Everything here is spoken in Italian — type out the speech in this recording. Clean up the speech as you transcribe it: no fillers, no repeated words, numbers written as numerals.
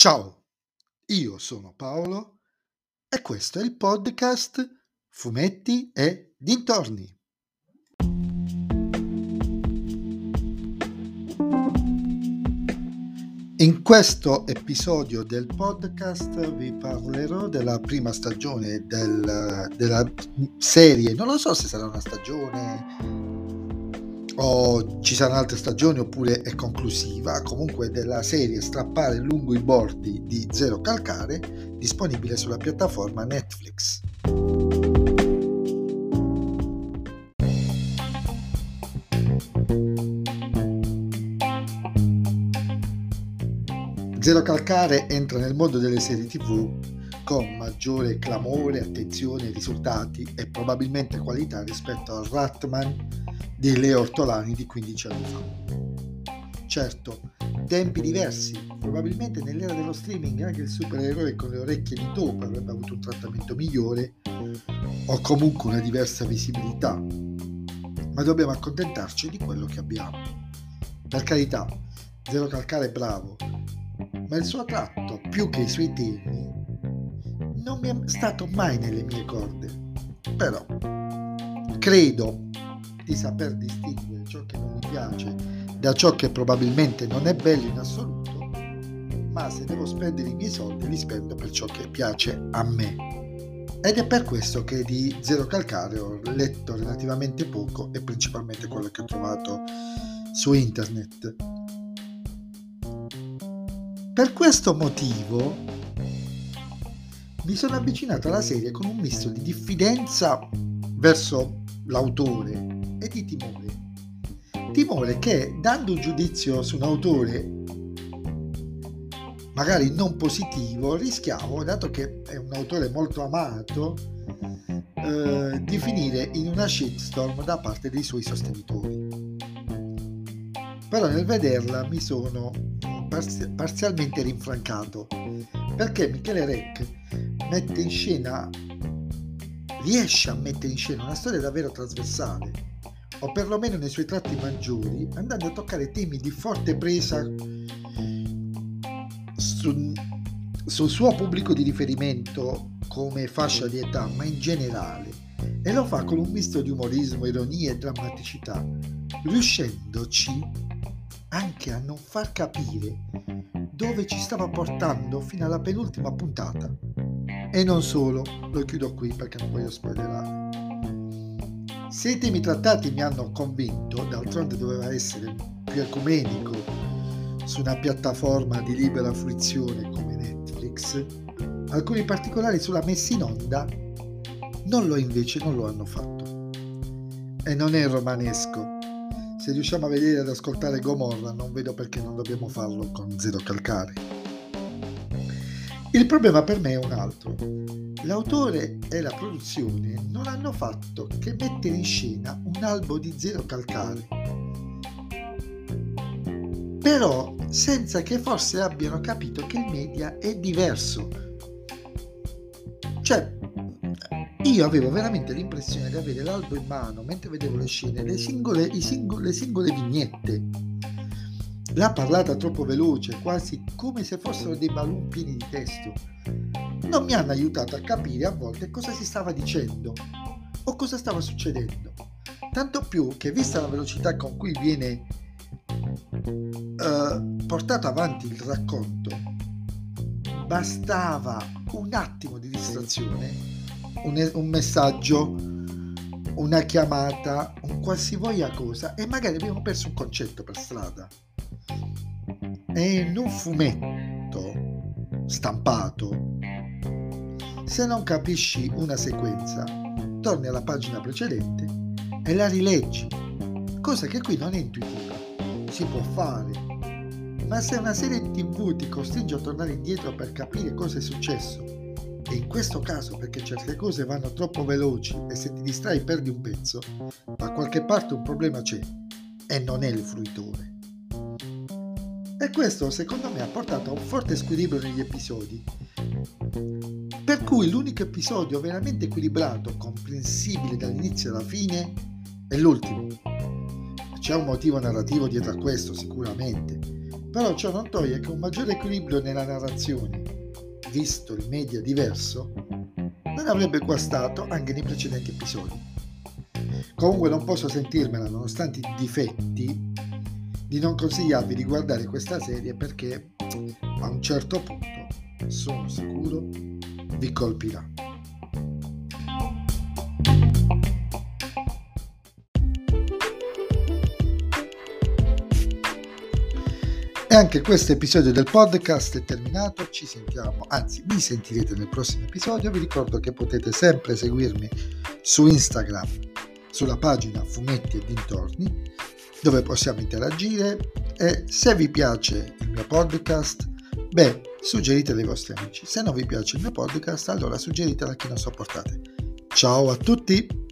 Ciao, io sono Paolo e questo è il podcast Fumetti e Dintorni. In questo episodio del podcast vi parlerò della prima stagione della serie. Non lo so se sarà una stagione o ci saranno altre stagioni oppure è conclusiva. Comunque della serie Strappare lungo i bordi di Zero Calcare, disponibile sulla piattaforma Netflix. Zero Calcare entra nel mondo delle serie TV con maggiore clamore, attenzione, risultati e probabilmente qualità rispetto al Ratman di Leo Ortolani di 15 anni fa. Certo, tempi diversi, probabilmente nell'era dello streaming anche il supereroe con le orecchie di topo avrebbe avuto un trattamento migliore o comunque una diversa visibilità, ma dobbiamo accontentarci di quello che abbiamo. Per carità, Zero Calcare è bravo, ma il suo tratto, più che i suoi temi, non mi è stato mai nelle mie corde. Però credo di saper distinguere ciò che non mi piace da ciò che probabilmente non è bello in assoluto, ma se devo spendere i miei soldi li spendo per ciò che piace a me. Ed è per questo che di Zero Calcare ho letto relativamente poco e principalmente quello che ho trovato su internet. Per questo motivo mi sono avvicinato alla serie con un misto di diffidenza verso l'autore e di timore. Timore che, dando un giudizio su un autore magari non positivo, rischiavo, dato che è un autore molto amato, di finire in una shitstorm da parte dei suoi sostenitori. Però nel vederla mi sono parzialmente rinfrancato, perché Michele Rec riesce a mettere in scena una storia davvero trasversale, o perlomeno nei suoi tratti maggiori, andando a toccare temi di forte presa sul suo pubblico di riferimento come fascia di età, ma in generale, e lo fa con un misto di umorismo, ironia e drammaticità, riuscendoci anche a non far capire dove ci stava portando fino alla penultima puntata. E non solo, lo chiudo qui perché non voglio spoilerare. Se i temi trattati mi hanno convinto, d'altronde doveva essere più ecumenico su una piattaforma di libera fruizione come Netflix, alcuni particolari sulla messa in onda non lo hanno fatto. E non è romanesco. Se riusciamo a vedere ed ascoltare Gomorra, non vedo perché non dobbiamo farlo con Zero Calcare. Il problema per me è un altro. L'autore e la produzione non hanno fatto che mettere in scena un albo di Zero Calcare, però senza che forse abbiano capito che il media è diverso. Cioè, io avevo veramente l'impressione di avere l'albo in mano mentre vedevo le scene, le singole vignette. La parlata troppo veloce, quasi come se fossero dei balloon pieni di testo, non mi hanno aiutato a capire a volte cosa si stava dicendo o cosa stava succedendo. Tanto più che, vista la velocità con cui viene portato avanti il racconto, bastava un attimo di distrazione, un messaggio, una chiamata, un qualsivoglia cosa, e magari abbiamo perso un concetto per strada. E in un fumetto stampato, se non capisci una sequenza, torni alla pagina precedente e la rileggi, cosa che qui non è intuitiva. Si può fare, ma se una serie TV ti costringe a tornare indietro per capire cosa è successo, e in questo caso perché certe cose vanno troppo veloci e se ti distrai perdi un pezzo, da qualche parte un problema c'è e non è il fruitore. E questo secondo me ha portato a un forte squilibrio negli episodi, per cui l'unico episodio veramente equilibrato, comprensibile dall'inizio alla fine, è l'ultimo. C'è un motivo narrativo dietro a questo sicuramente, Però ciò non toglie che un maggiore equilibrio nella narrazione, visto il media diverso, non avrebbe guastato anche nei precedenti episodi. Comunque non posso sentirmela, nonostante i difetti, di non consigliarvi di guardare questa serie perché a un certo punto, sono sicuro, vi colpirà. E anche questo episodio del podcast è terminato, ci sentiamo, anzi vi sentirete nel prossimo episodio. Vi ricordo che potete sempre seguirmi su Instagram, sulla pagina Fumetti e Dintorni, dove possiamo interagire, e se vi piace il mio podcast, suggeritelo ai vostri amici. Se non vi piace il mio podcast, allora suggeritelo a chi non sopportate. Ciao a tutti!